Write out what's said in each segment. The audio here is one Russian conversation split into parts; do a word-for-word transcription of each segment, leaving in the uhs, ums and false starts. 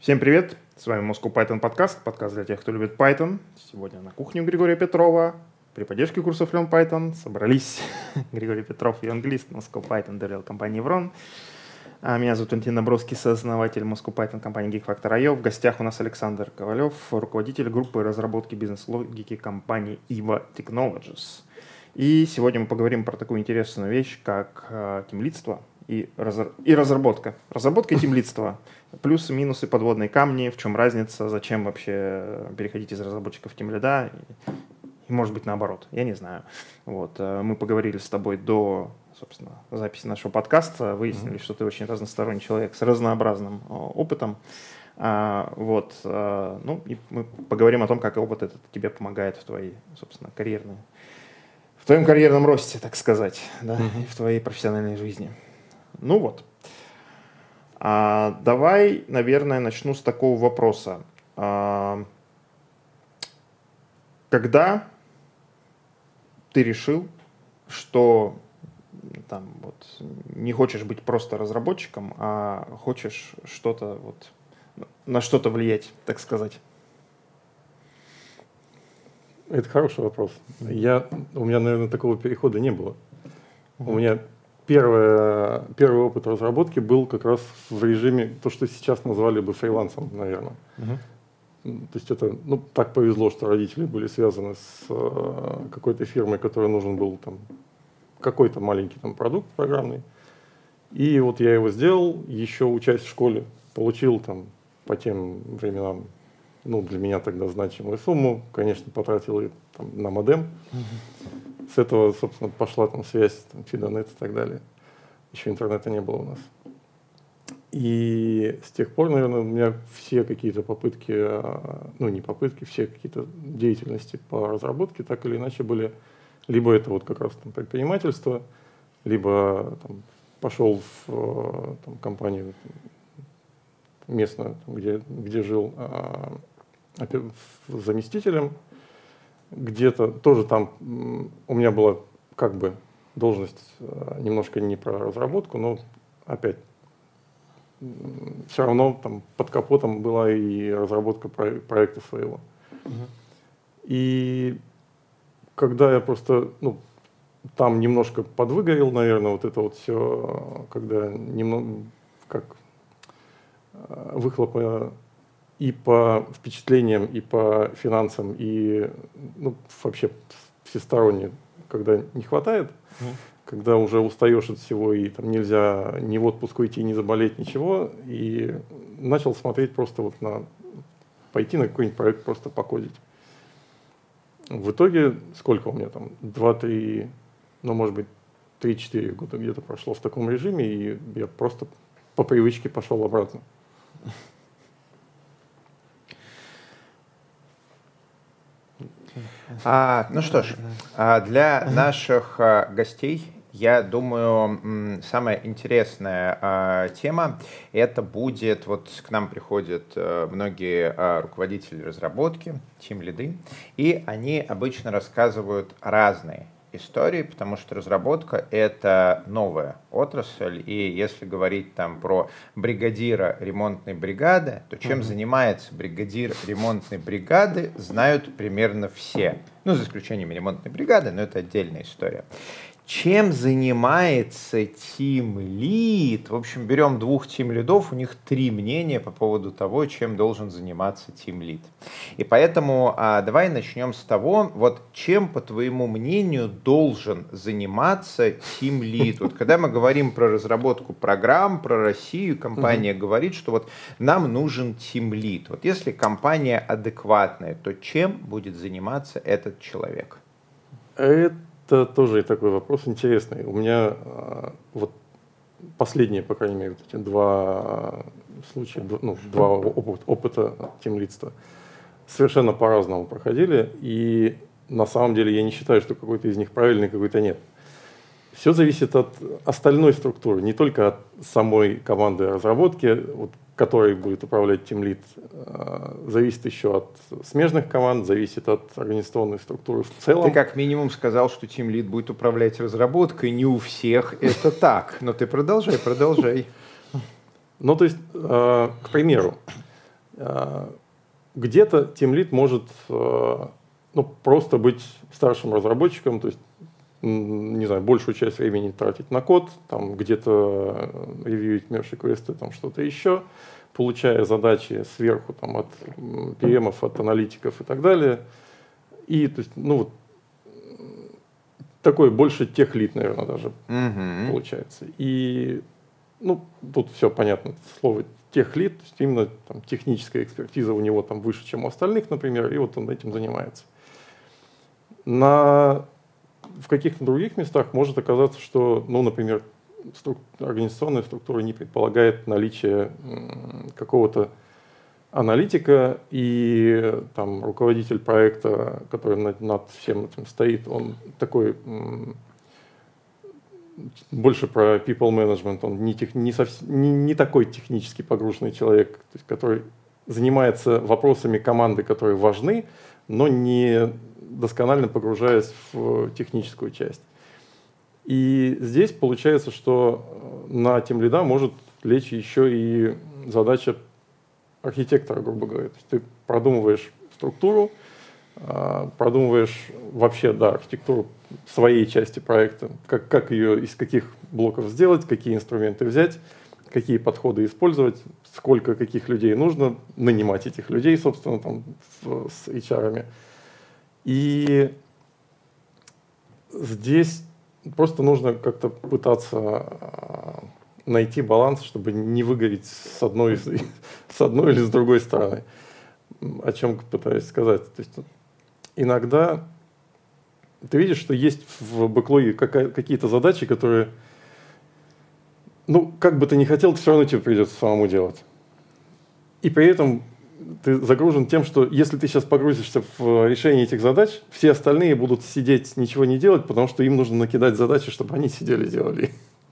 Всем привет! С вами Moscow Python подкаст, подкаст для тех, кто любит Python. Сегодня на кухне у Григория Петрова. При поддержке курсов Learn Python собрались Григорий Петров и англист Moscow Python, доверял компании Vron. А меня зовут Валентин Набровский, сооснователь Moscow Python компании Geekfactor точка ай о. В гостях у нас Александр Ковалев, руководитель группы разработки бизнес-логики компании Eva Technologies. И сегодня мы поговорим про такую интересную вещь, как э, тимлидство и, разр... и разработка. Разработка и тимлидство. Плюсы, минусы, подводные камни, в чем разница, зачем вообще переходить из разработчиков в тимлида, и, и может быть наоборот, я не знаю. Вот, э, мы поговорили с тобой до, собственно, записи нашего подкаста, выяснили, mm-hmm. что ты очень разносторонний человек с разнообразным э, опытом. А, вот, а, ну, и мы поговорим о том, как опыт этот тебе помогает в твоей, собственно, карьерной в твоем карьерном росте, так сказать, да, mm-hmm. и в твоей профессиональной жизни. Ну вот. А, давай, наверное, начну с такого вопроса. А, когда ты решил, что там, вот, не хочешь быть просто разработчиком, а хочешь что-то, вот, на что-то влиять, так сказать? Это хороший вопрос. Я, у меня, наверное, такого перехода не было. Uh-huh. У меня первое, первый опыт разработки был как раз в режиме, то, что сейчас назвали бы фрилансом, наверное. Uh-huh. То есть это, ну, так повезло, что родители были связаны с э, какой-то фирмой, которой нужен был там какой-то маленький там продукт программный. И вот я его сделал, еще учась в школе, получил там по тем временам, ну, для меня тогда значимую сумму, конечно, потратил ее там на модем. Uh-huh. С этого, собственно, пошла там связь, там, Фидонет и так далее. Еще интернета не было у нас. И с тех пор, наверное, у меня все какие-то попытки, ну, не попытки, все какие-то деятельности по разработке так или иначе были, либо это вот как раз там предпринимательство, либо там, пошел в там, компанию местную, где, где жил, заместителем, где-то тоже там у меня была как бы должность немножко не про разработку, но опять все равно там под капотом была и разработка про- проекта своего. Uh-huh. И когда я просто ну, там немножко подвыгорел, наверное, вот это вот все, когда немного как выхлопа и по впечатлениям, и по финансам, и ну, вообще всесторонне, когда не хватает, mm. когда уже устаешь от всего, и там нельзя ни в отпуск уйти, ни заболеть, ничего, и начал смотреть просто вот на... пойти на какой-нибудь проект, просто покодить. В итоге, сколько у меня там? Два-три, ну, может быть, три-четыре года где-то прошло в таком режиме, и я просто по привычке пошел обратно. А, ну что ж, для наших гостей, я думаю, самая интересная тема это будет, вот к нам приходят многие руководители разработки, тимлиды, и они обычно рассказывают разные истории, потому что разработка — это новая отрасль, и если говорить там про бригадира ремонтной бригады, то чем mm-hmm. занимается бригадир ремонтной бригады, знают примерно все. Ну, за исключением ремонтной бригады, но это отдельная история. Чем занимается тимлид? В общем, берем двух тимлидов, у них три мнения по поводу того, чем должен заниматься тимлид. И поэтому а, давай начнем с того, вот чем, по твоему мнению, должен заниматься тимлид? Вот когда мы говорим про разработку программ, про Россию, компания угу. говорит, что вот нам нужен тимлид. Вот если компания адекватная, то чем будет заниматься этот человек? Это Это тоже такой вопрос интересный. У меня вот последние, по крайней мере, вот эти два случая, ну, два опыта, опыта тимлидства совершенно по-разному проходили. И на самом деле я не считаю, что какой-то из них правильный, какой-то нет. Все зависит от остальной структуры, не только от самой команды разработки, вот, которой будет управлять тимлид, зависит еще от смежных команд, зависит от организационной структуры в целом. Ты как минимум сказал, что тимлид будет управлять разработкой, не у всех это так, но ты продолжай, продолжай. Ну, то есть, к примеру, Где-то тимлид может ну, просто быть старшим разработчиком, то есть, не знаю, большую часть времени тратить на код, там где-то ревьюить мерж-реквесты, там что-то еще, получая задачи сверху там, от пи эмов, от аналитиков и так далее. И то есть, ну, вот, такой больше тех-лид, наверное, даже mm-hmm. получается. И ну, тут все понятно, слово тех-лид, то есть именно там, техническая экспертиза у него там выше, чем у остальных, например, и вот он этим занимается. На, в каких-то других местах может оказаться, что, ну, например, струк, организационная структура не предполагает наличие м, какого-то аналитика, и там руководитель проекта, который над, над всем этим стоит, он такой м, больше про people management, он не, тех, не, совсем, не, не такой технически погруженный человек, то есть, который занимается вопросами команды, которые важны, но не досконально погружаясь в техническую часть. И здесь получается, что на тимлида может лечь еще и задача архитектора, грубо говоря. То есть ты продумываешь структуру, продумываешь вообще, да, архитектуру своей части проекта, как, как ее, из каких блоков сделать, какие инструменты взять, какие подходы использовать, сколько каких людей нужно, нанимать этих людей, собственно, там, с эйч ар-ами. И здесь просто нужно как-то пытаться найти баланс, чтобы не выгореть с одной, с одной или с другой стороны. О чем пытаюсь сказать. То есть, иногда ты видишь, что есть в бэклоге какие-то задачи, которые, ну, как бы ты ни хотел, все равно тебе придется самому делать. И при этом ты загружен тем, что если ты сейчас погрузишься в решение этих задач, все остальные будут сидеть, ничего не делать, потому что им нужно накидать задачи, чтобы они сидели, делали.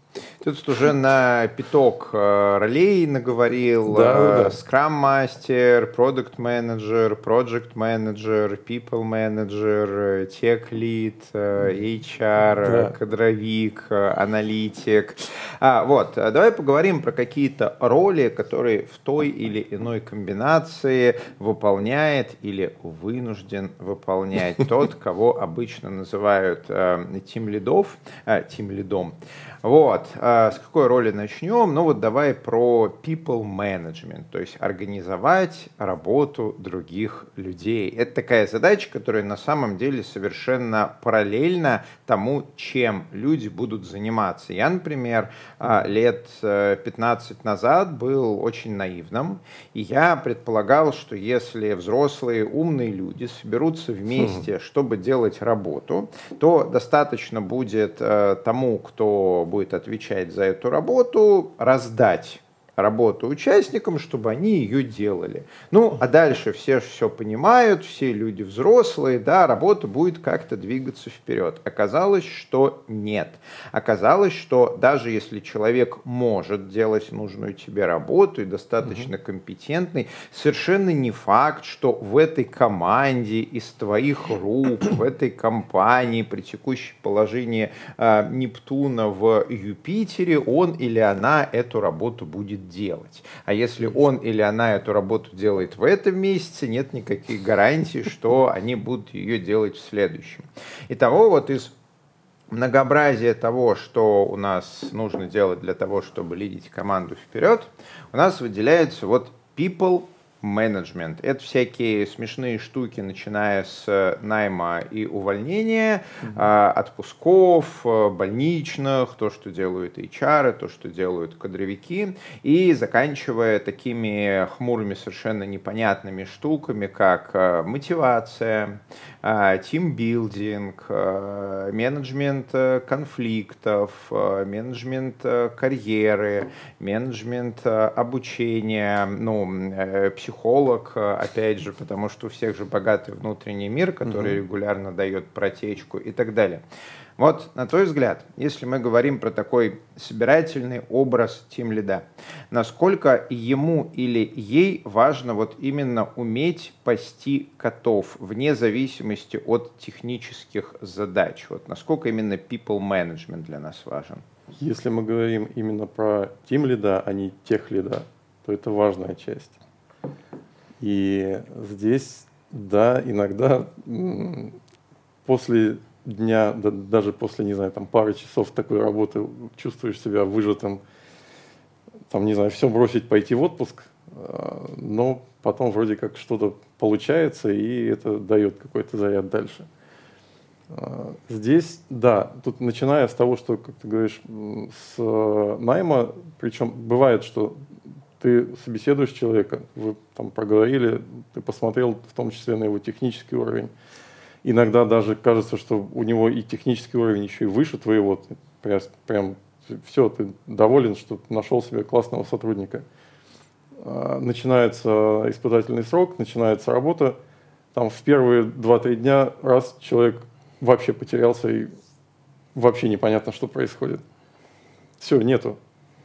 Тут уже на пяток э, ролей наговорил. Да, скрам-мастер, продукт-менеджер, проджект-менеджер, people-менеджер, тех-лид, эйч ар, да. кадровик, аналитик. А, вот, давай поговорим про какие-то роли, которые в той или иной комбинации выполняет или вынужден выполнять тот, кого обычно называют э, тимлидов, э, тимлидом. Вот, а с какой роли начнем? Ну вот давай про people management, то есть организовать работу других людей. Это такая задача, которая на самом деле совершенно параллельна тому, чем люди будут заниматься. Я, например, лет пятнадцать назад был очень наивным, и я предполагал, что если взрослые умные люди соберутся вместе, чтобы делать работу, то достаточно будет тому, кто будет отвечать за эту работу, раздать работу участникам, чтобы они ее делали. Ну, а дальше все все понимают, все люди взрослые, да, работа будет как-то двигаться вперед. Оказалось, что нет. Оказалось, что даже если человек может делать нужную тебе работу и достаточно компетентный, совершенно не факт, что в этой команде из твоих рук, в этой компании при текущем положении э, Нептуна в Юпитере он или она эту работу будет делать. А если он или она эту работу делает в этом месяце, нет никаких гарантий, что они будут ее делать в следующем. Итого, вот из многообразия того, что у нас нужно делать для того, чтобы лидить команду вперед, у нас выделяется вот people менеджмент. Это всякие смешные штуки, начиная с найма и увольнения, mm-hmm. отпусков, больничных, то, что делают эйч ар, то, что делают кадровики, и заканчивая такими хмурыми, совершенно непонятными штуками, как мотивация, тимбилдинг, менеджмент конфликтов, менеджмент карьеры, менеджмент обучения, ну, психология, психолог, опять же, потому что у всех же богатый внутренний мир, который mm-hmm. регулярно дает протечку и так далее. Вот, на твой взгляд, если мы говорим про такой собирательный образ тимлида, насколько ему или ей важно вот именно уметь пасти котов вне зависимости от технических задач? Вот насколько именно people management для нас важен? Если мы говорим именно про тимлида, а не техлида, то это важная часть. И здесь, да, иногда после дня, да, даже после, не знаю, там, пары часов такой работы чувствуешь себя выжатым, там, не знаю, все бросить, пойти в отпуск, но потом вроде как что-то получается, и это дает какой-то заряд дальше. Здесь, да, тут начиная с того, что, как ты говоришь, с найма, причем бывает, что ты собеседуешь человека, вы там проговорили, ты посмотрел в том числе на его технический уровень. Иногда даже кажется, что у него и технический уровень еще и выше твоего. Ты прям, прям все, ты доволен, что нашел себе классного сотрудника. Начинается испытательный срок, начинается работа. Там в первые два-три дня раз человек вообще потерялся и вообще непонятно, что происходит. Все, нету.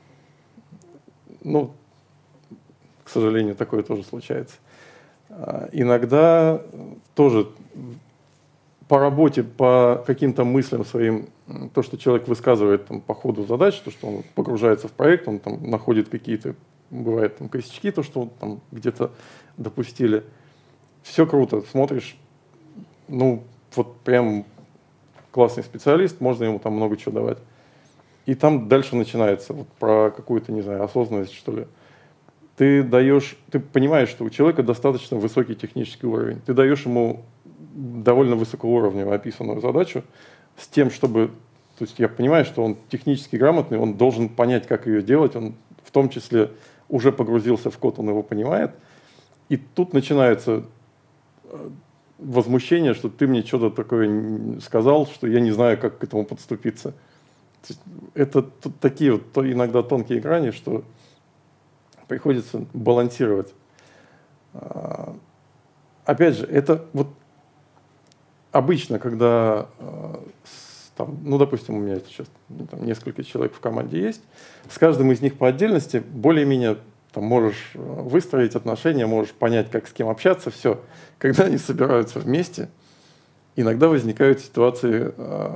Ну, к сожалению, такое тоже случается. Иногда тоже по работе, по каким-то мыслям своим, то, что человек высказывает там, по ходу задач, то, что он погружается в проект, он там находит какие-то, бывает, там, косячки, то, что там где-то допустили. Все круто, смотришь, ну, вот прям классный специалист, можно ему там много чего давать. И там дальше начинается вот про какую-то, не знаю, осознанность, что ли. Ты даешь, ты понимаешь, что у человека достаточно высокий технический уровень. Ты даешь ему довольно высокоуровневую описанную задачу с тем, чтобы, то есть я понимаю, что он технически грамотный, он должен понять, как ее делать, он в том числе уже погрузился в код, он его понимает. И тут начинается возмущение, что ты мне что-то такое сказал, что я не знаю, как к этому подступиться. Это тут такие вот то иногда тонкие грани, что приходится балансировать. Опять же, это вот обычно, когда, там, ну, допустим, у меня сейчас там, несколько человек в команде есть, с каждым из них по отдельности более-менее там, можешь выстроить отношения, можешь понять, как с кем общаться, все. Когда они собираются вместе, иногда возникают ситуации,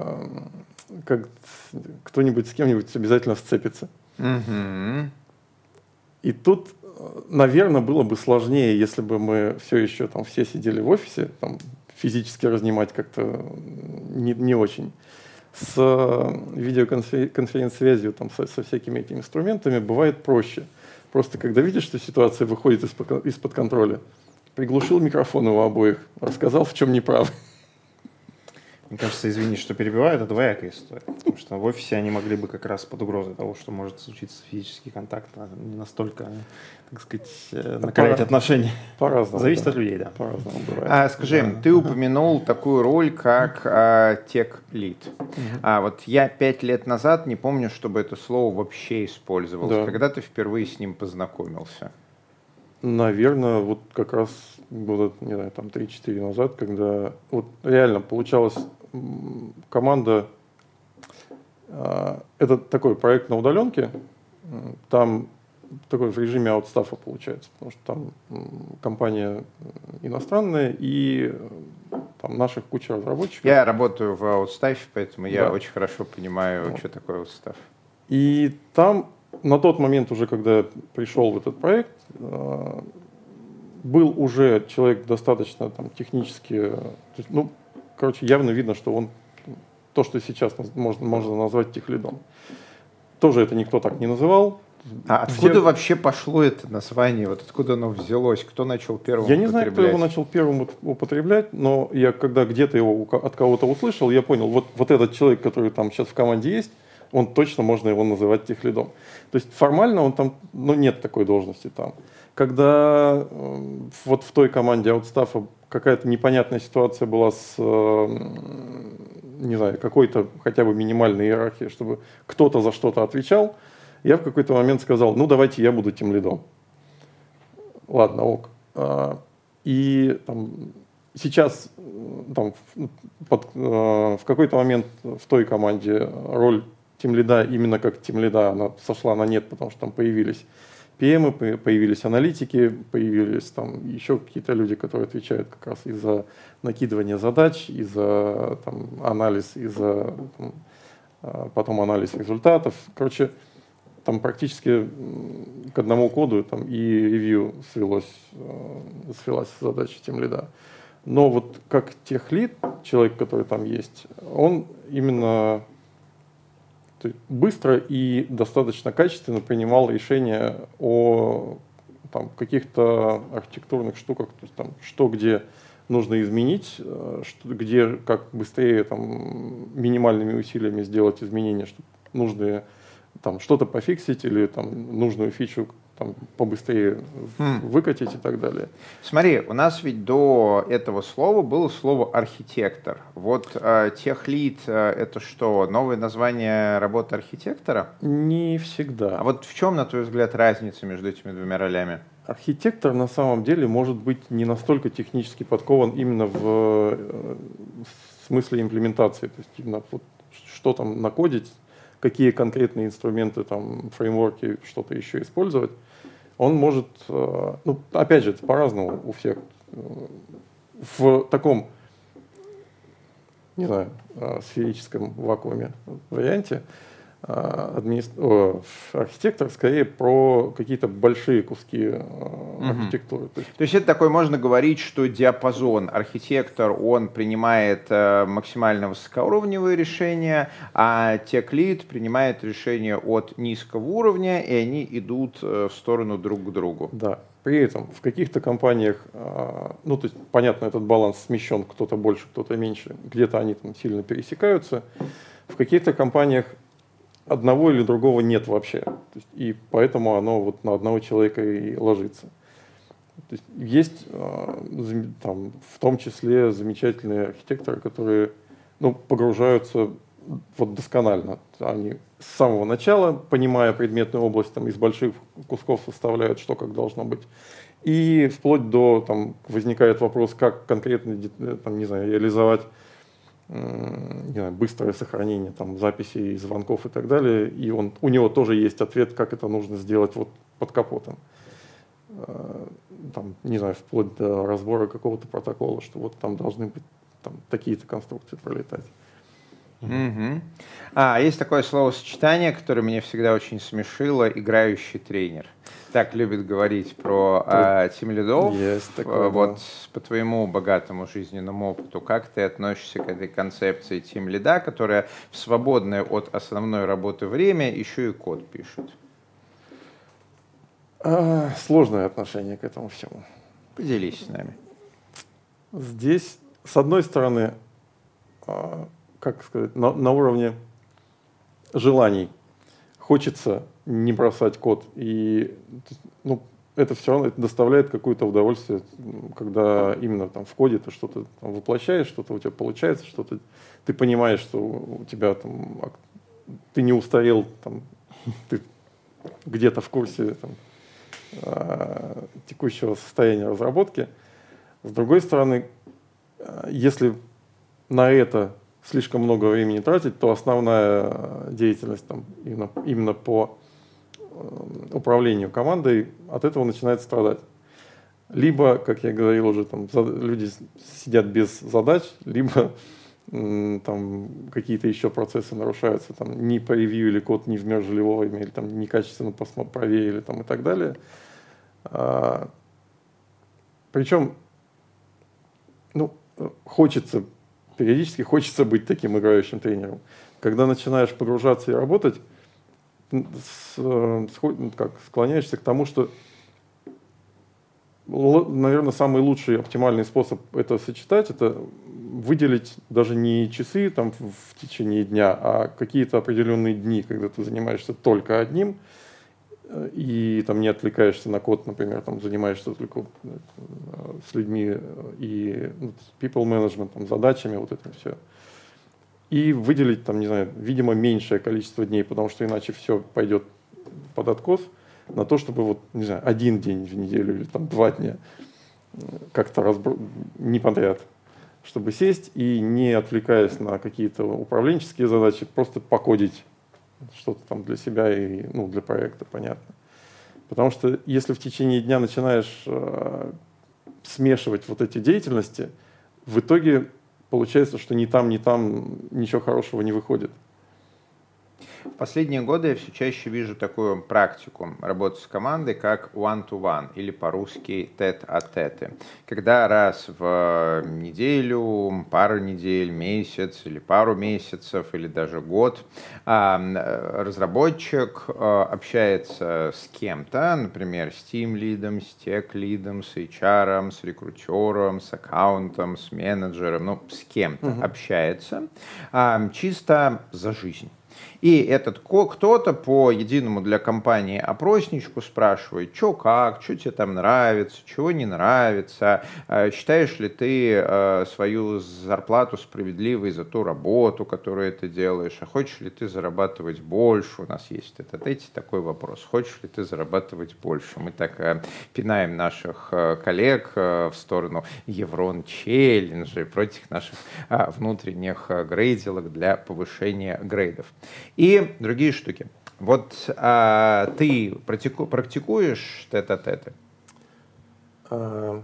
как кто-нибудь с кем-нибудь обязательно сцепится. Mm-hmm. И тут, наверное, было бы сложнее, если бы мы все еще там все сидели в офисе, там, физически разнимать как-то не, не очень. С видеоконференц-связью, там, со, со всякими этими инструментами бывает проще. Просто когда видишь, что ситуация выходит из-под, из-под контроля, приглушил микрофоны у обоих, рассказал, в чем неправы. Мне кажется, извини, что перебиваю, это двоякая история. Потому что в офисе они могли бы как раз под угрозой того, что может случиться физический контакт, не настолько, так сказать, накалять По- отношения. По-разному. Зависит да. от людей, да. По-разному бывает. А, скажи, да. Ты упомянул такую роль, как а, тех-лид. Угу. А вот я пять лет назад не помню, чтобы это слово вообще использовалось. Да. Когда ты впервые с ним познакомился? Наверное, вот как раз года, не знаю, там три-четыре назад, когда вот реально получалась команда, э, это такой проект на удаленке, там такой в режиме аутстафа получается, потому что там компания иностранная и там наших куча разработчиков. Я работаю в аутстафе, поэтому я да. очень хорошо понимаю, вот. Что такое аутстаф. И там на тот момент уже, когда я пришел в этот проект, э, был уже человек достаточно там, технически, ну, короче, явно видно, что он то, что сейчас можно, можно назвать техлидом. Тоже это никто так не называл. А откуда Все... вообще пошло это название? Вот откуда оно взялось? Кто начал первым Я не употреблять? знаю, кто его начал первым употреблять, но я когда где-то его от кого-то услышал, я понял, вот, вот этот человек, который там сейчас в команде есть, он точно можно его называть техлидом. То есть формально он там, ну, нет такой должности там. Когда э, вот в той команде аутстафа какая-то непонятная ситуация была с, э, не знаю, какой-то хотя бы минимальной иерархией, чтобы кто-то за что-то отвечал, я в какой-то момент сказал, ну, давайте я буду тимлидом. Ладно, ок. А, и там, сейчас там, под, э, в какой-то момент в той команде роль тимлида именно как тимлида, она сошла на нет, потому что там появились пи эм, появились аналитики, появились там еще какие-то люди, которые отвечают как раз и за накидывание задач, и за там, анализ, и за там, потом анализ результатов. Короче, там практически к одному коду там, и ревью свелось, свелась задача тимлида. Но вот как техлид, человек, который там есть, он именно быстро и достаточно качественно принимал решения о там, каких-то архитектурных штуках, то есть, там, что где нужно изменить, что, где как быстрее там, минимальными усилиями сделать изменения, что нужные там, что-то пофиксить или там, нужную фичу там, побыстрее хм. выкатить и так далее. Смотри, у нас ведь до этого слова было слово архитектор. Вот э, техлид э, это что, новое название работы архитектора? Не всегда. А вот в чем, на твой взгляд, разница между этими двумя ролями? Архитектор на самом деле может быть не настолько технически подкован именно в, в смысле имплементации, то есть именно вот, что там накодить, какие конкретные инструменты, там, фреймворки, что-то еще использовать. Он может, ну, опять же, это по-разному у всех. В таком, не знаю, сферическом вакууме варианте администр... О, архитектор скорее про какие-то большие куски uh-huh. архитектуры. То есть... То есть это такой, можно говорить, что диапазон. Архитектор, он принимает э, максимально высокоуровневые решения, а техлид принимает решения от низкого уровня, и они идут э, в сторону друг к другу. Да. При этом в каких-то компаниях, э, ну, то есть, понятно, этот баланс смещен, кто-то больше, кто-то меньше, где-то они там сильно пересекаются. В каких-то компаниях одного или другого нет вообще. То есть, и поэтому оно вот на одного человека и ложится. То есть, есть э, там, в том числе замечательные архитекторы, которые ну, погружаются вот, досконально. Они с самого начала, понимая предметную область, там, из больших кусков составляют, что как должно быть. И вплоть до, там, возникает вопрос, как конкретно там, не знаю, реализовать не знаю, быстрое сохранение там, записей, звонков и так далее. И он, у него тоже есть ответ, как это нужно сделать вот под капотом. Там, не знаю, вплоть до разбора какого-то протокола, что вот там должны быть там, такие-то конструкции пролетать. Mm-hmm. А, есть такое словосочетание, которое меня всегда очень смешило — играющий тренер. Так любят говорить про а, тимлидов. Такое, вот да. По твоему богатому жизненному опыту, как ты относишься к этой концепции тимлида, которая в свободное от основной работы время еще и код пишет? А, сложное отношение к этому всему. Поделись с нами. Здесь, с одной стороны, как сказать, на, на уровне желаний хочется не бросать код, и ну, это все равно это доставляет какое-то удовольствие, когда именно там в коде ты что-то там воплощаешь, что-то у тебя получается, что-то ты понимаешь, что у тебя там ты не устарел, там, ты где-то в курсе там, текущего состояния разработки. С другой стороны, если на это слишком много времени тратить, то основная деятельность там, именно, именно по управлению командой от этого начинает страдать. Либо, как я говорил уже, там, люди сидят без задач, либо там, какие-то еще процессы нарушаются, там, не поревьюили код, не вмержили вовремя, или там, некачественно проверили там, и так далее. А, причем ну, хочется периодически хочется быть таким играющим тренером. Когда начинаешь погружаться и работать, с, с, как, склоняешься к тому, что, наверное, самый лучший, оптимальный способ это сочетать, это выделить даже не часы там, в течение дня, а какие-то определенные дни, когда ты занимаешься только одним, и там не отвлекаешься на код, например, там занимаешься только с людьми и ну, people management, там, задачами, вот это все. И выделить, там, не знаю, видимо, меньшее количество дней, потому что иначе все пойдет под откос, на то, чтобы вот, не знаю, один день в неделю или там два дня как-то разбро... не подряд, чтобы сесть и, не отвлекаясь на какие-то управленческие задачи, просто покодить что-то там для себя и ну, для проекта, понятно. Потому что если в течение дня начинаешь э, смешивать вот эти деятельности, в итоге получается, что ни там, ни там ничего хорошего не выходит. В последние годы я все чаще вижу такую практику работы с командой, как one-to-one, или по-русски тет-а-теты. Когда раз в неделю, пару недель, месяц или пару месяцев, или даже год разработчик общается с кем-то, например, с тим-лидом, с тех-лидом, с эйч ар, с рекрутером, с аккаунтом, с менеджером, ну, с кем-то uh-huh. общается чисто за жизнь. И этот кто-то по единому для компании опросничку спрашивает, что как, что тебе там нравится, чего не нравится, считаешь ли ты свою зарплату справедливой за ту работу, которую ты делаешь, а хочешь ли ты зарабатывать больше, у нас есть этот, эти такой вопрос, хочешь ли ты зарабатывать больше. Мы так пинаем наших коллег в сторону Еврон челленджей против наших внутренних грейдилок для повышения грейдов. И другие штуки. Вот а, ты практику, практикуешь тет-а-теты? А,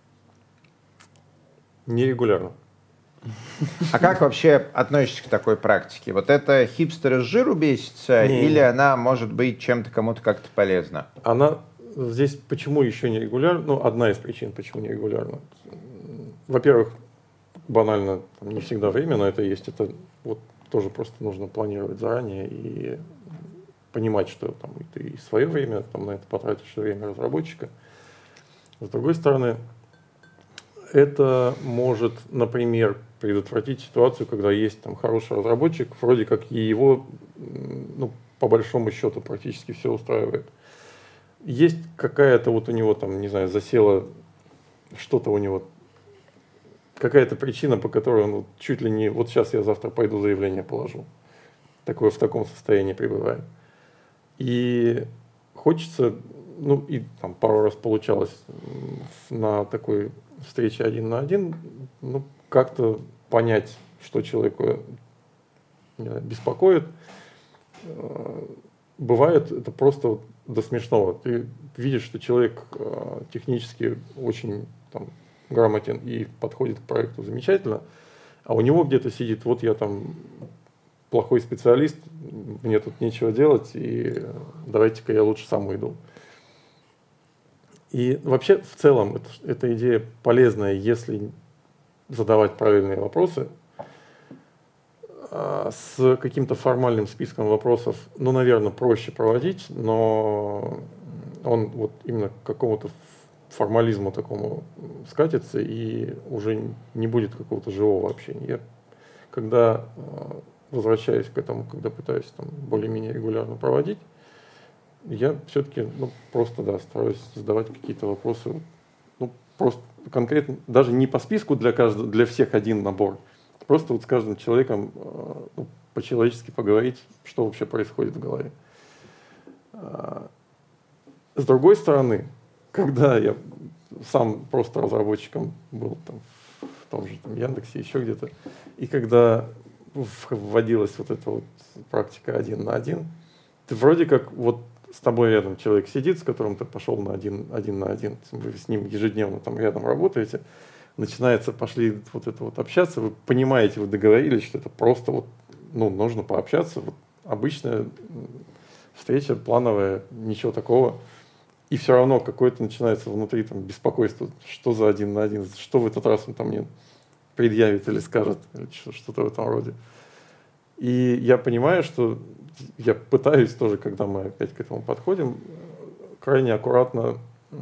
нерегулярно. А как вообще относишься к такой практике? Вот это хипстеры с жиру бесится, не, или она может быть чем-то кому-то как-то полезна? Она здесь почему еще нерегулярна? Ну, одна из причин, почему нерегулярна. Во-первых, банально, не всегда время на это есть. Это вот тоже просто нужно планировать заранее и понимать, что там и ты и свое время там, на это потратишь, и время разработчика. С другой стороны, это может, например, предотвратить ситуацию, когда есть там хороший разработчик, вроде как и его, ну, по большому счету, практически все устраивает. Есть какая-то вот у него там, не знаю, засела что-то у него, какая-то причина, по которой он вот чуть ли не вот сейчас я завтра пойду заявление положу. Такое в таком состоянии пребывает. И хочется, ну и там пару раз получалось на такой встрече один на один, ну как-то понять, что человеку не знаю, беспокоит. Бывает это просто вот до смешного. Ты видишь, что человек технически очень там грамотен и подходит к проекту замечательно, а у него где-то сидит, вот я там плохой специалист, мне тут нечего делать, и давайте-ка я лучше сам уйду. И вообще в целом это, эта идея полезная, если задавать правильные вопросы. А с каким-то формальным списком вопросов, ну, наверное, проще проводить, но он вот именно к какому-то формализму такому скатится и уже не будет какого-то живого общения. Я, когда возвращаюсь к этому, когда пытаюсь там более-менее регулярно проводить, я все-таки ну, просто да, стараюсь задавать какие-то вопросы, ну, просто конкретно, даже не по списку для каждого, для всех один набор, просто вот с каждым человеком ну, по-человечески поговорить, что вообще происходит в голове. С другой стороны, когда я сам просто разработчиком был там, в том же там, Яндексе, еще где-то, и когда вводилась вот эта вот практика один на один, ты вроде как вот с тобой рядом человек сидит, с которым ты пошел на один, один на один, вы с ним ежедневно там рядом работаете, начинается, пошли вот это вот общаться, вы понимаете, вы договорились, что это просто вот, ну, нужно пообщаться, вот обычная встреча плановая, ничего такого. И все равно какое-то начинается внутри там беспокойство, что за один на один, что в этот раз он там мне предъявит или скажет, или что-то в этом роде. И я понимаю, что я пытаюсь тоже, когда мы опять к этому подходим, крайне аккуратно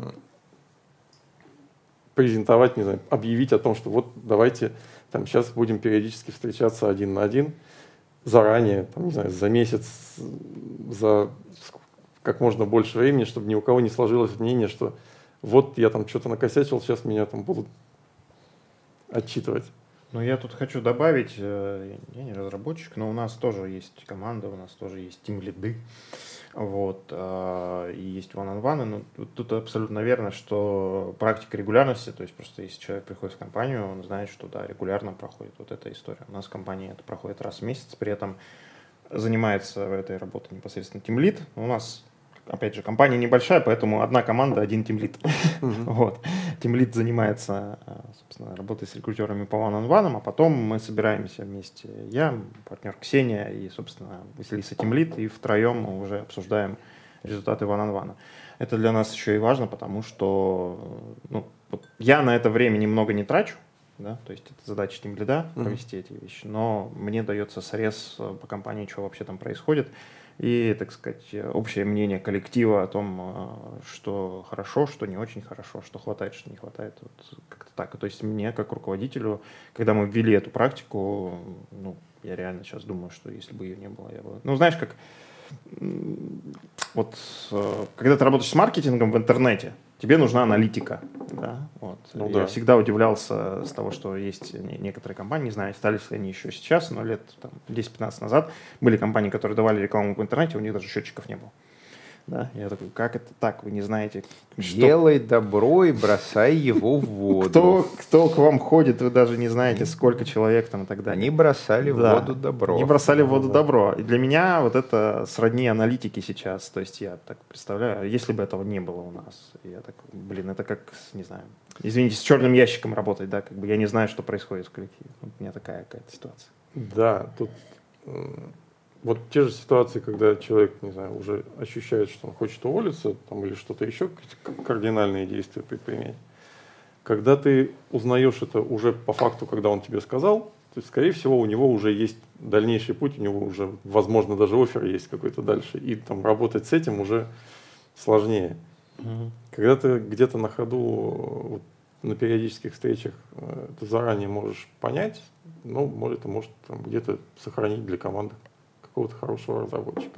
презентовать, не знаю, объявить о том, что вот давайте там сейчас будем периодически встречаться один на один, заранее, там, не знаю, за месяц, за как можно больше времени, чтобы ни у кого не сложилось мнение, что вот я там что-то накосячил, сейчас меня там будут отчитывать. Ну, я тут хочу добавить, я не разработчик, но у нас тоже есть команда, у нас тоже есть тим-лиды, вот, и есть one-on-one, но тут абсолютно верно, что практика регулярности, то есть просто если человек приходит в компанию, он знает, что да, регулярно проходит вот эта история. У нас в компании это проходит раз в месяц, при этом занимается этой работой непосредственно тим-лид. У нас, опять же, компания небольшая, поэтому одна команда, один тимлид. Mm-hmm. Вот. тимлид занимается, собственно, работой с рекрутерами по one-on-one, а потом мы собираемся вместе. Я, партнер Ксения и, собственно, Василиса тимлид, и втроем мы уже обсуждаем результаты one-on-one. Это для нас еще и важно, потому что ну, вот я на это время немного не трачу, да, то есть это задача тимлида провести mm-hmm. эти вещи, но мне дается срез по компании, что вообще там происходит, и, так сказать, общее мнение коллектива о том, что хорошо, что не очень хорошо, что хватает, что не хватает. Вот как-то так. То есть мне, как руководителю, когда мы ввели эту практику, ну, я реально сейчас думаю, что если бы ее не было, я бы... Ну, знаешь, как... Вот, когда ты работаешь с маркетингом в интернете, тебе нужна аналитика. Да? Вот. Ну, я да. всегда удивлялся с того, что есть некоторые компании, не знаю, остались ли они еще сейчас, но лет там, десять-пятнадцать назад были компании, которые давали рекламу в интернете, у них даже счетчиков не было. Да? Я такой, как это так, вы не знаете? Что... Делай добро и бросай его в воду. Кто, кто к вам ходит, вы даже не знаете, сколько человек там и так далее. Они бросали в да. воду добро. Они бросали в воду да. добро. И для меня вот это сродни аналитики сейчас. То есть я так представляю, если бы этого не было у нас, я так, блин, это как, не знаю, извините, с черным ящиком работать, да, как бы я не знаю, что происходит в коллективе. Вот у меня такая какая-то ситуация. Да, тут... Вот те же ситуации, когда человек, не знаю, уже ощущает, что он хочет уволиться, там, или что-то еще, кардинальные действия предпринять. Когда ты узнаешь это уже по факту, когда он тебе сказал, то есть, скорее всего, у него уже есть дальнейший путь, у него уже, возможно, даже оффер есть какой-то дальше, и там работать с этим уже сложнее. Mm-hmm. Когда ты где-то на ходу, вот, на периодических встречах ты заранее можешь понять, ну, может, это может там, где-то сохранить для команды какого-то хорошего разработчика.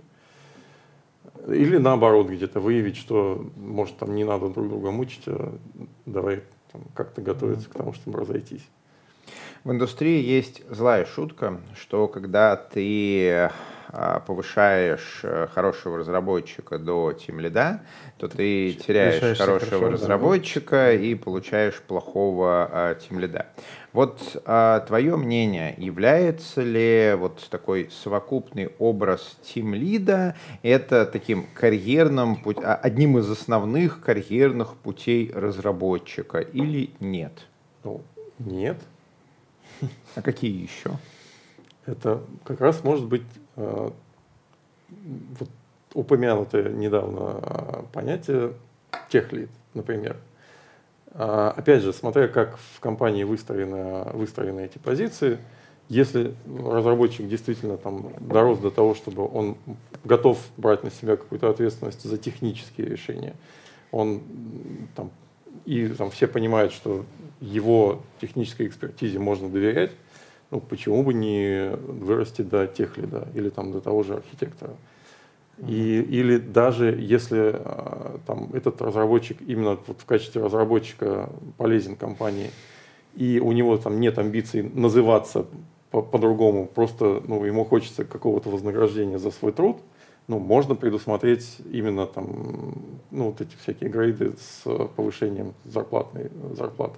Или наоборот, где-то выявить, что, может, там не надо друг друга мучить, а давай там, как-то готовиться mm-hmm. к тому, чтобы разойтись. В индустрии есть злая шутка, что когда ты повышаешь хорошего разработчика до тимлида, то ты теряешь Решаешься хорошего разработчика да. и получаешь плохого тимлида. Вот а, твое мнение, является ли вот такой совокупный образ тимлида это таким карьерным, одним из основных карьерных путей разработчика или нет? Ну, нет. А какие еще? Это как раз может быть э, вот упомянутое недавно э, понятие техлид, например. А, опять же, смотря как в компании выстроены, выстроены эти позиции, если разработчик действительно там дорос до того, чтобы он готов брать на себя какую-то ответственность за технические решения, он там, и там, все понимают, что его технической экспертизе можно доверять, ну, почему бы не вырасти до техлида или там, до того же архитектора. Mm-hmm. И, или даже если там, этот разработчик именно вот в качестве разработчика полезен компании, и у него там нет амбиций называться по- по-другому, просто ну, ему хочется какого-то вознаграждения за свой труд, ну, можно предусмотреть именно там, ну, вот эти всякие грейды с повышением зарплатной, зарплаты.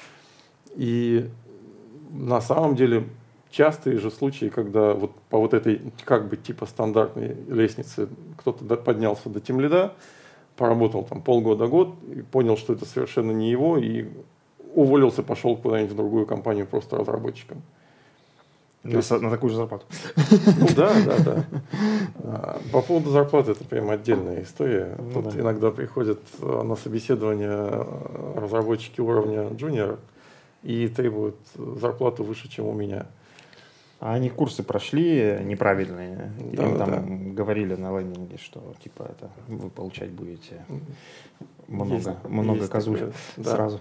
И на самом деле частые же случаи, когда вот по вот этой как бы типа стандартной лестнице кто-то поднялся до тимлида, поработал там полгода-год и понял, что это совершенно не его, и уволился, пошел куда-нибудь в другую компанию просто разработчиком. На, есть, на такую же зарплату. Ну да, да, да. А, по поводу зарплаты это прям отдельная история. Ну, Тут да. иногда приходят на собеседование разработчики уровня джуниор и требуют зарплату выше, чем у меня. А они курсы прошли неправильные. Да, Им там да. говорили на лендинге, что типа это вы получать будете много, есть, много есть козуль да. сразу.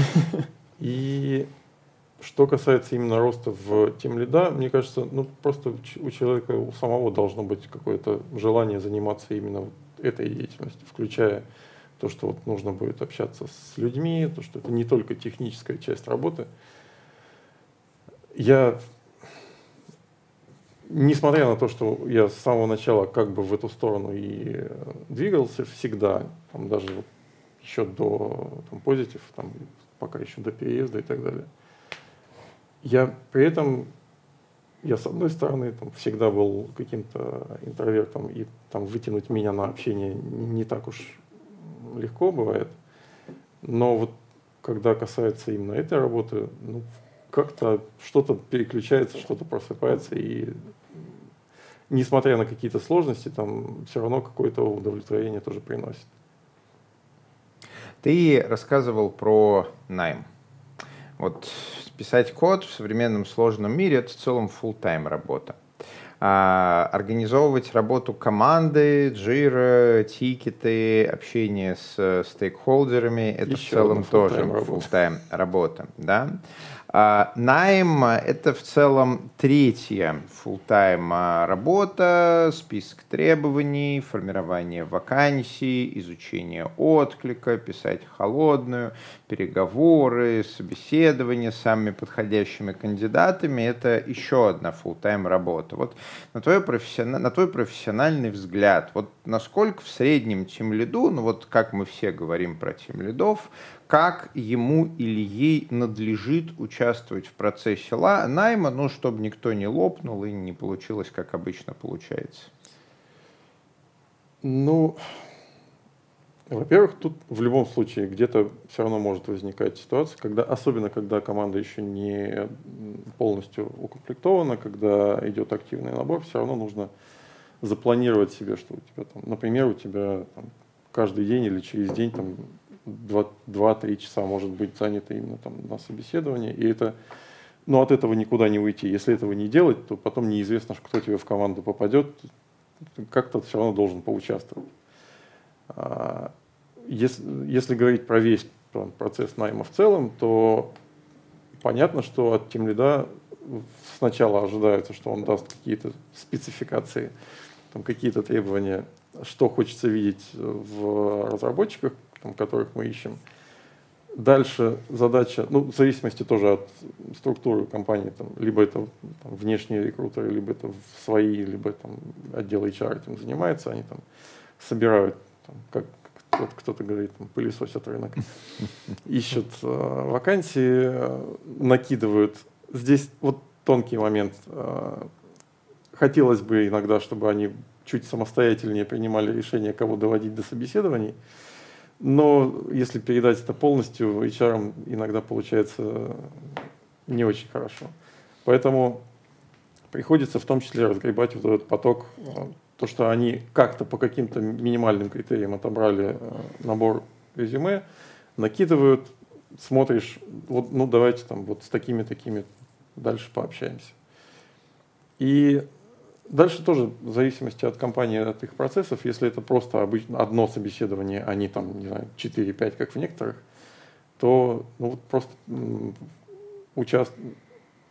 И что касается именно роста в тимлида, мне кажется, ну просто у человека у самого должно быть какое-то желание заниматься именно вот этой деятельностью, включая то, что вот нужно будет общаться с людьми, то, что это не только техническая часть работы. Я, несмотря на то, что я с самого начала как бы в эту сторону и двигался всегда, там даже вот еще до там, позитив, там, пока еще до переезда и так далее, я при этом, я с одной стороны там, всегда был каким-то интровертом, и там вытянуть меня на общение не так уж легко бывает, но вот когда касается именно этой работы, ну, как-то что-то переключается, что-то просыпается, и несмотря на какие-то сложности, там все равно какое-то удовлетворение тоже приносит. Ты рассказывал про найм. Вот писать код в современном сложном мире — это в целом full-time работа. А организовывать работу команды, джира, тикеты, общение с стейкхолдерами — это Еще в целом тоже работа. full-time работа. Да? А найм — это в целом третья full-time работа, список требований, формирование вакансий, изучение отклика, писать холодную, переговоры, собеседования с самыми подходящими кандидатами — это еще одна full-time работа. Вот на твой, профессион... на твой профессиональный взгляд, вот насколько в среднем тимлиду, ну вот как мы все говорим про тимлидов, как ему или ей надлежит участвовать в процессе найма, ну, чтобы никто не лопнул и не получилось, как обычно получается? Ну, во-первых, тут в любом случае где-то все равно может возникать ситуация, когда, особенно когда команда еще не полностью укомплектована, когда идет активный набор, все равно нужно запланировать себе, что у тебя там, например, у тебя там, каждый день или через день там два-три часа может быть занято именно там на собеседовании, и это, ну, от этого никуда не уйти. Если этого не делать, то потом неизвестно, кто тебе в команду попадет, как-то все равно должен поучаствовать. Если, если говорить про весь процесс найма в целом, то понятно, что от тимлида сначала ожидается, что он даст какие-то спецификации, там, какие-то требования, что хочется видеть в разработчиках, там, которых мы ищем. Дальше задача, ну, в зависимости тоже от структуры компании, там, либо это там, внешние рекрутеры, либо это свои, либо там, отдел эйч ар этим занимается, они там собирают, там, как кто-то, кто-то говорит, там, пылесосят рынок, ищут э, вакансии, э, накидывают. Здесь вот тонкий момент. Э, хотелось бы иногда, чтобы они чуть самостоятельнее принимали решение, кого доводить до собеседований. Но если передать это полностью, эйч ар иногда получается не очень хорошо. Поэтому приходится в том числе разгребать вот этот поток, то, что они как-то по каким-то минимальным критериям отобрали набор резюме, накидывают, смотришь, вот, ну давайте там вот с такими-такими дальше пообщаемся. И дальше тоже в зависимости от компании, от их процессов, если это просто обычно одно собеседование, а не там, не знаю, четыре-пять, как в некоторых, то ну, вот просто участвовать.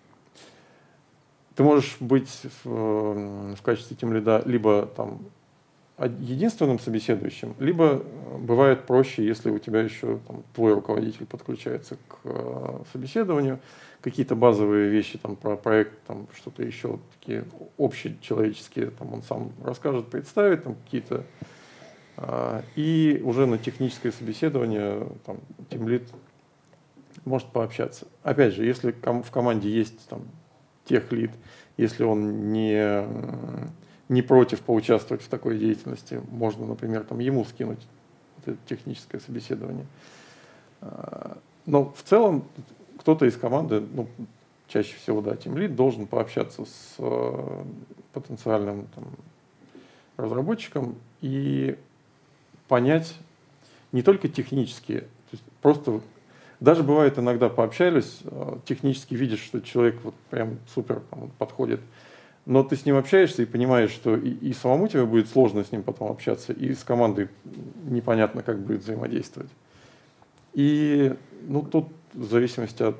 Ты можешь быть в, в качестве тимлида либо там единственным собеседующим, либо бывает проще, если у тебя еще там, твой руководитель подключается к э, собеседованию, какие-то базовые вещи там, про проект, там, что-то еще такие общечеловеческие, там, он сам расскажет, представит там, какие-то, э, и уже на техническое собеседование там, тимлид может пообщаться. Опять же, если ком- в команде есть там, техлид, если он не, не против поучаствовать в такой деятельности, можно, например, там, ему скинуть это техническое собеседование. Но в целом кто-то из команды, ну, чаще всего, да, тимлид, должен пообщаться с потенциальным там, разработчиком и понять не только технически, то есть просто даже бывает иногда пообщались, технически видишь, что человек вот прям супер там, подходит, но ты с ним общаешься и понимаешь, что и, и самому тебе будет сложно с ним потом общаться, и с командой непонятно, как будет взаимодействовать. И ну, тут в зависимости от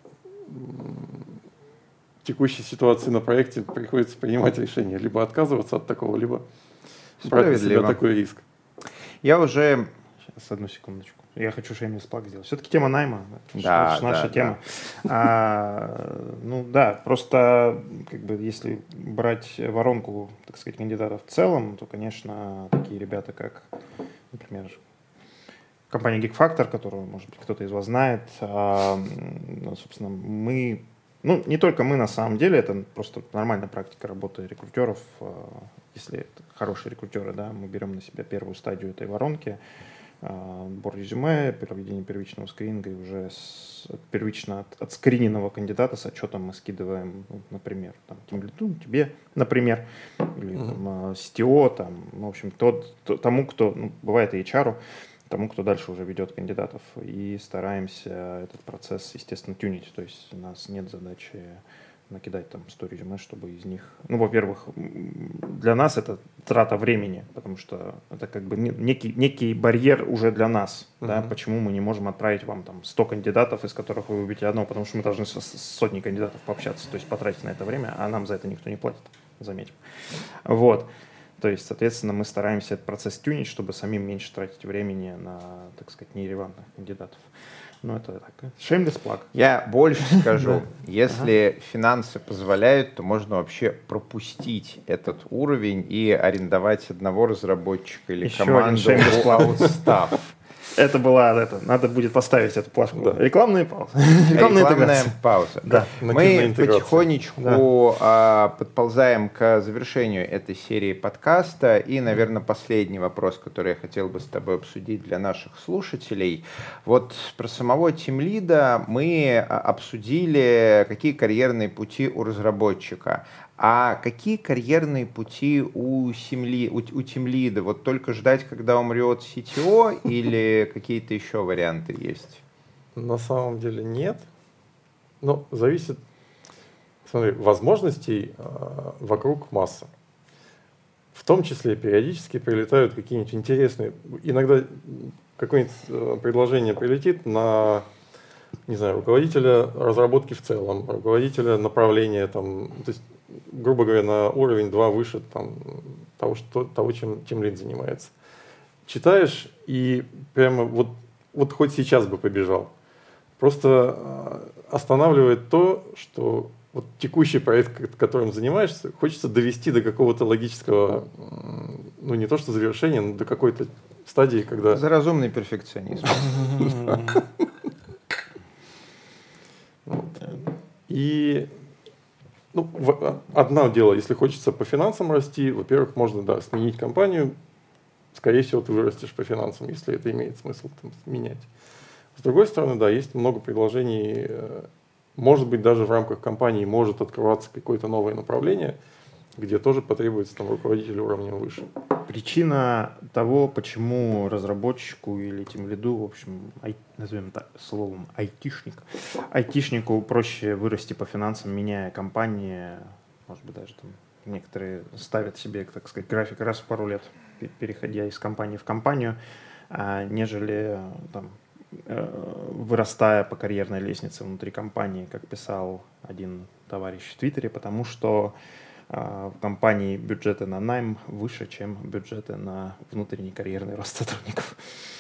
текущей ситуации на проекте приходится принимать решение, либо отказываться от такого, либо брать на себя такой риск. Я уже... Сейчас, одну секундочку. Я хочу shameless plug сделать. Все-таки тема найма. Да, это наша да, тема. Да. А, ну да, просто как бы, если брать воронку, так сказать, кандидатов в целом, то, конечно, такие ребята, как, например, компания GeekFactor, которую, может быть, кто-то из вас знает, а, собственно, мы, ну, не только мы на самом деле, это просто нормальная практика работы рекрутеров. Если это хорошие рекрутеры, да, мы берем на себя первую стадию этой воронки. отбор резюме, проведение первичного скрининга и уже с, первично от, от скриненного кандидата с отчетом мы скидываем, ну, например, там, ну, тебе, например, или там, си ти о, там, в общем, тот, то, тому, кто, ну, бывает и эйч ар, тому, кто дальше уже ведет кандидатов, и стараемся этот процесс, естественно, тюнить, то есть у нас нет задачи накидать там сто резюме, чтобы из них... Ну, во-первых, для нас это трата времени, потому что это как бы некий, некий барьер уже для нас, uh-huh. да, почему мы не можем отправить вам там сто кандидатов, из которых вы выберете одного, потому что мы должны с сотней кандидатов пообщаться, то есть потратить на это время, а нам за это никто не платит, заметим. Вот. То есть, соответственно, мы стараемся этот процесс тюнить, чтобы самим меньше тратить времени на, так сказать, нерелевантных кандидатов. Ну, это так. Shameless plug. Я больше скажу. Если финансы позволяют, то можно вообще пропустить этот уровень и арендовать одного разработчика или команду outstaff. Это была, это, надо будет поставить эту плашку. Да. Рекламная пауза. Рекламная, Рекламная пауза. Да. Мы потихонечку да. а, подползаем к завершению этой серии подкаста. И, наверное, последний вопрос, который я хотел бы с тобой обсудить для наших слушателей. Вот про самого тимлида мы обсудили, какие карьерные пути у разработчика. А какие карьерные пути у, семли, у, у тимлида? Вот только ждать, когда умрет си ти о, или какие-то еще варианты есть? На самом деле нет. Но зависит, смотри, возможностей э, вокруг масса. В том числе периодически прилетают какие-нибудь интересные... Иногда какое-нибудь э, предложение прилетит на, не знаю, руководителя разработки в целом, руководителя направления, там, то есть, грубо говоря, на уровень два выше там, того, что, того, чем тимлид занимается. Читаешь и прямо вот, вот хоть сейчас бы побежал. Просто останавливает то, что вот текущий проект, которым занимаешься, хочется довести до какого-то логического, ну не то что завершения, но до какой-то стадии, когда... За разумный перфекционизм. И ну, одно дело, если хочется по финансам расти, во-первых, можно, да, сменить компанию, скорее всего, ты вырастешь по финансам, если это имеет смысл там, менять. С другой стороны, да, есть много предложений, может быть, даже в рамках компании может открываться какое-то новое направление, где тоже потребуется там руководитель уровнем выше. Причина того, почему разработчику или тимлиду, в общем, ай, назовем так словом айтишник, айтишнику проще вырасти по финансам, меняя компании, может быть, даже там некоторые ставят себе, так сказать, график раз в пару лет, переходя из компании в компанию, нежели там, вырастая по карьерной лестнице внутри компании, как писал один товарищ в Твиттере, потому что в компании бюджеты на найм выше, чем бюджеты на внутренний карьерный рост сотрудников.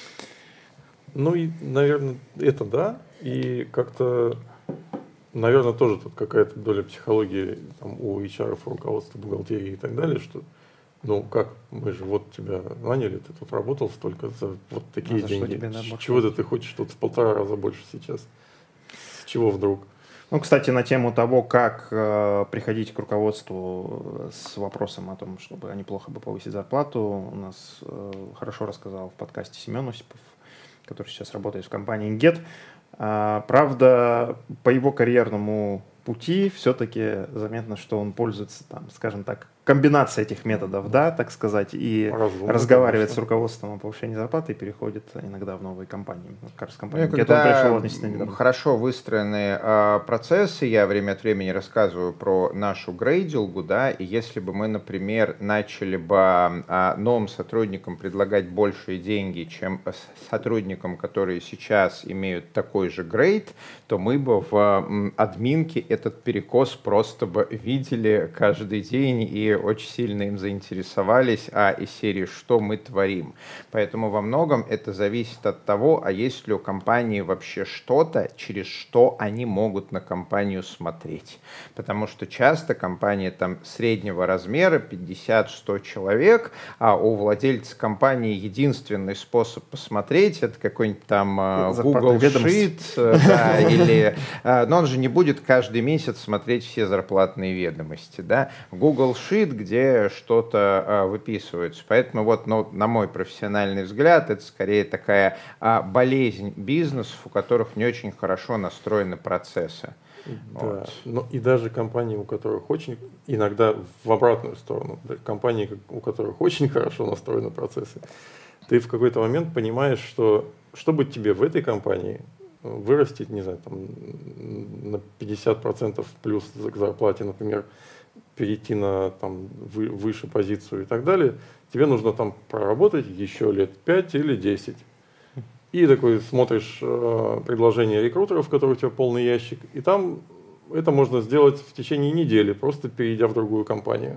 Ну и, наверное, это да. И как-то, наверное, тоже тут какая-то доля психологии там, у эйч ар, руководства бухгалтерии и так далее, что ну как, мы же вот тебя наняли, ты тут работал столько за вот такие а за деньги. Чего-то ты хочешь тут в полтора раза больше сейчас? С чего вдруг? Ну, кстати, на тему того, как э, приходить к руководству с вопросом о том, чтобы неплохо бы повысить зарплату, у нас э, хорошо рассказал в подкасте Семен Осипов, который сейчас работает в компании Get. А, правда, по его карьерному пути все-таки заметно, что он пользуется, там, скажем так, комбинацией этих методов, да, так сказать, и Разумно, разговаривает конечно. с руководством о повышении зарплаты и переходит иногда в новые компании. Кажется, компания ну, когда хорошо выстроены э, процессы, я время от времени рассказываю про нашу грейдилгу, да, и если бы мы, например, начали бы э, новым сотрудникам предлагать большие деньги, чем сотрудникам, которые сейчас имеют такой же грейд, то мы бы в э, админке этот перекос просто бы видели каждый день и очень сильно им заинтересовались, а из серии «Что мы творим?». Поэтому во многом это зависит от того, а есть ли у компании вообще что-то, через что они могут на компанию смотреть. Потому что часто компания там среднего размера, пятьдесят-сто человек, а у владельца компании единственный способ посмотреть — это какой-нибудь там Google Sheet, да, или, но он же не будет каждый месяц смотреть все зарплатные ведомости, да. Google Sheet лежит, где что-то а, выписывается. Поэтому вот, ну, на мой профессиональный взгляд, это скорее такая а, болезнь бизнесов, у которых не очень хорошо настроены процессы. Да, Вот. но и даже компании, у которых очень, иногда в обратную сторону, компании, у которых очень хорошо настроены процессы, ты в какой-то момент понимаешь, что чтобы тебе в этой компании вырастить, не знаю, там, на пятьдесят процентов плюс к зарплате, например, перейти на там, вы, выше позицию и так далее, тебе нужно там проработать еще лет пять или десять. И такой смотришь э, предложение рекрутеров, которые у тебя полный ящик, и там это можно сделать в течение недели, просто перейдя в другую компанию.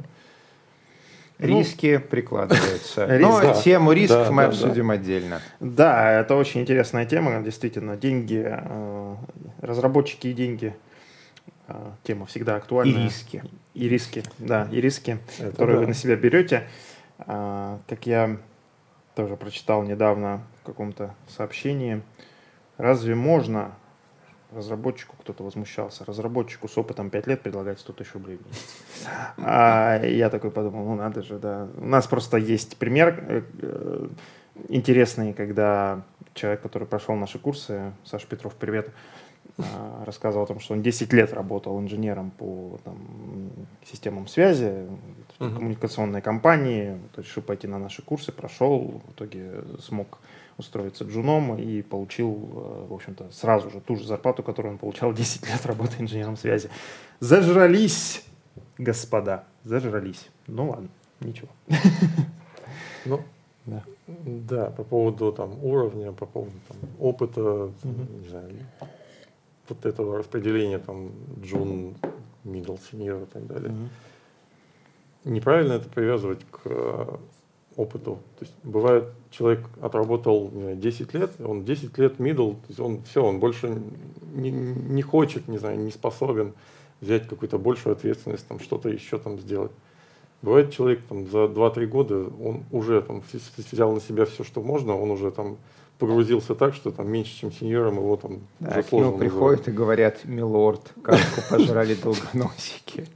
Риски ну, прикладываются. Риск, Но да. тему рисков да, мы да, обсудим да. отдельно. Да, это очень интересная тема, действительно. Деньги, э, разработчики и деньги. Э, тема всегда актуальная. И риски. И риски, да, и риски, Это которые да. вы на себя берете. Э, как я тоже прочитал недавно в каком-то сообщении, разве можно разработчику, кто-то возмущался, разработчику с опытом пять лет предлагать сто тысяч рублей в месяц. А я такой подумал, ну надо же, да. У нас просто есть пример э, интересный, когда человек, который прошел наши курсы, Саша Петров, привет, э, рассказывал о том, что он десять лет работал инженером по там, системам связи, в Uh-huh. коммуникационной компании, решил пойти на наши курсы, прошел, в итоге смог устроиться джуном и получил, в общем-то, сразу же ту же зарплату, которую он получал десять лет работы инженером связи. Зажрались, господа, зажрались. Ну ладно, ничего. Ну, да. да, по поводу там, уровня, по поводу там, опыта, uh-huh. не знаю, вот этого распределения там джун, middle, senior и так далее. Uh-huh. Неправильно это привязывать к э, опыту. То есть бывает, человек отработал не знаю, десять лет, он десять лет middle, то есть он все, он больше не, не хочет, не знаю, не способен взять какую-то большую ответственность, там что-то еще там сделать. Бывает, человек там за два-три года, он уже там взял на себя все, что можно, он уже там погрузился так, что там меньше, чем сеньором его там да, уже к сложно нему приходят называть. и говорят: милорд, кашку пожрали долгоносики.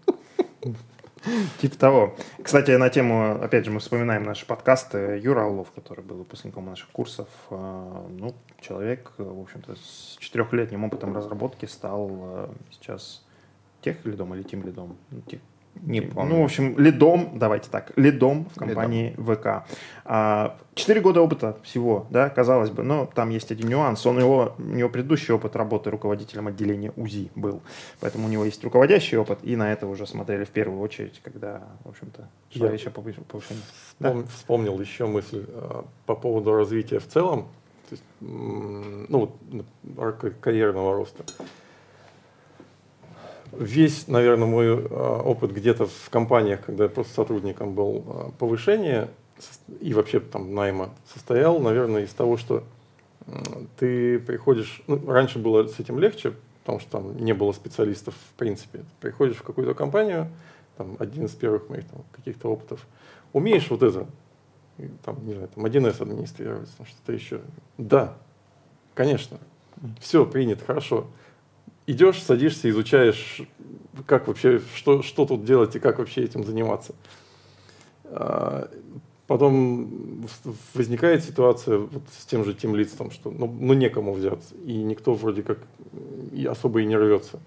Типа того. Кстати, на тему, опять же, мы вспоминаем наши подкасты. Юра Орлов, который был выпускником наших курсов, ну, человек, в общем-то, с четырехлетним опытом разработки стал сейчас тех-лидом или тим-лидом? Не помню. Ну, в общем, лидом, давайте так, лидом в компании лидом. ВК. Четыре года опыта всего, да, казалось бы, но там есть один нюанс. Он его, у него предыдущий опыт работы руководителем отделения УЗИ был, поэтому у него есть руководящий опыт, и на это уже смотрели в первую очередь, когда, в общем-то, шла еще повышение. Вспом... Да? Вспомнил еще мысль а, по поводу развития в целом, то есть, ну, карьерного роста. Весь, наверное, мой э, опыт где-то в компаниях, когда я просто сотрудником был, э, повышение и вообще там найма состоял, наверное, из того, что э, ты приходишь, ну, раньше было с этим легче, потому что там не было специалистов в принципе. Ты приходишь в какую-то компанию, там один из первых моих там, каких-то опытов, умеешь вот это, там, не знаю, там один эс администрировать, там, что-то еще. Да, конечно, все принято, хорошо. Идешь, садишься, изучаешь, как вообще, что, что тут делать и как вообще этим заниматься. Потом возникает ситуация вот с тем же тимлидством, что ну, ну некому взяться, и никто вроде как и особо и не рвется.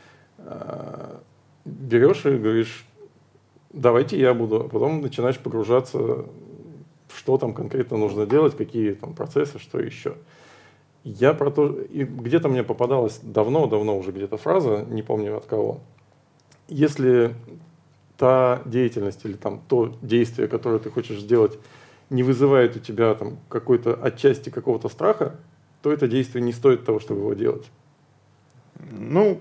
Берешь и говоришь, давайте я буду, а потом начинаешь погружаться, что там конкретно нужно делать, какие там процессы, что еще. Я про то, и где-то мне попадалась давно-давно уже где-то фраза, не помню от кого. Если та деятельность или там то действие, которое ты хочешь сделать, не вызывает у тебя там какой-то отчасти какого-то страха, то это действие не стоит того, чтобы его делать. Ну,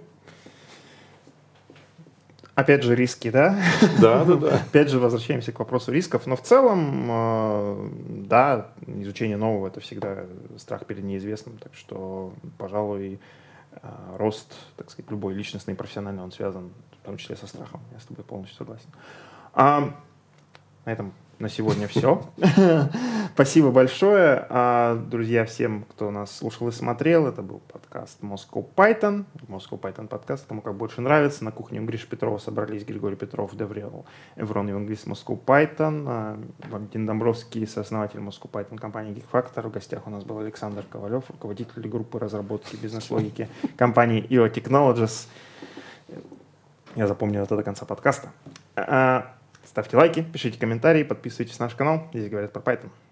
опять же, риски, да? Да, да, да. Опять же, возвращаемся к вопросу рисков. Но в целом, да, изучение нового – это всегда страх перед неизвестным. Так что, пожалуй, рост, так сказать, любой личностный и профессиональный, он связан в том числе со страхом. Я с тобой полностью согласен. А на этом на сегодня все. Спасибо большое. Друзья, всем, кто нас слушал и смотрел, это был подкаст Moscow Python. Moscow Python подкаст, кому как больше нравится. На кухне у Гриши Петрова собрались Григорий Петров, Деврел, Эврон, евангелист Moscow Python, Валентин Домбровский, сооснователь Moscow Python компании GeekFactor. В гостях у нас был Александр Ковалев, руководитель группы разработки бизнес-логики компании и о Technologies. Я запомнил это до конца подкаста. Ставьте лайки, пишите комментарии, подписывайтесь на наш канал. Здесь говорят про Python.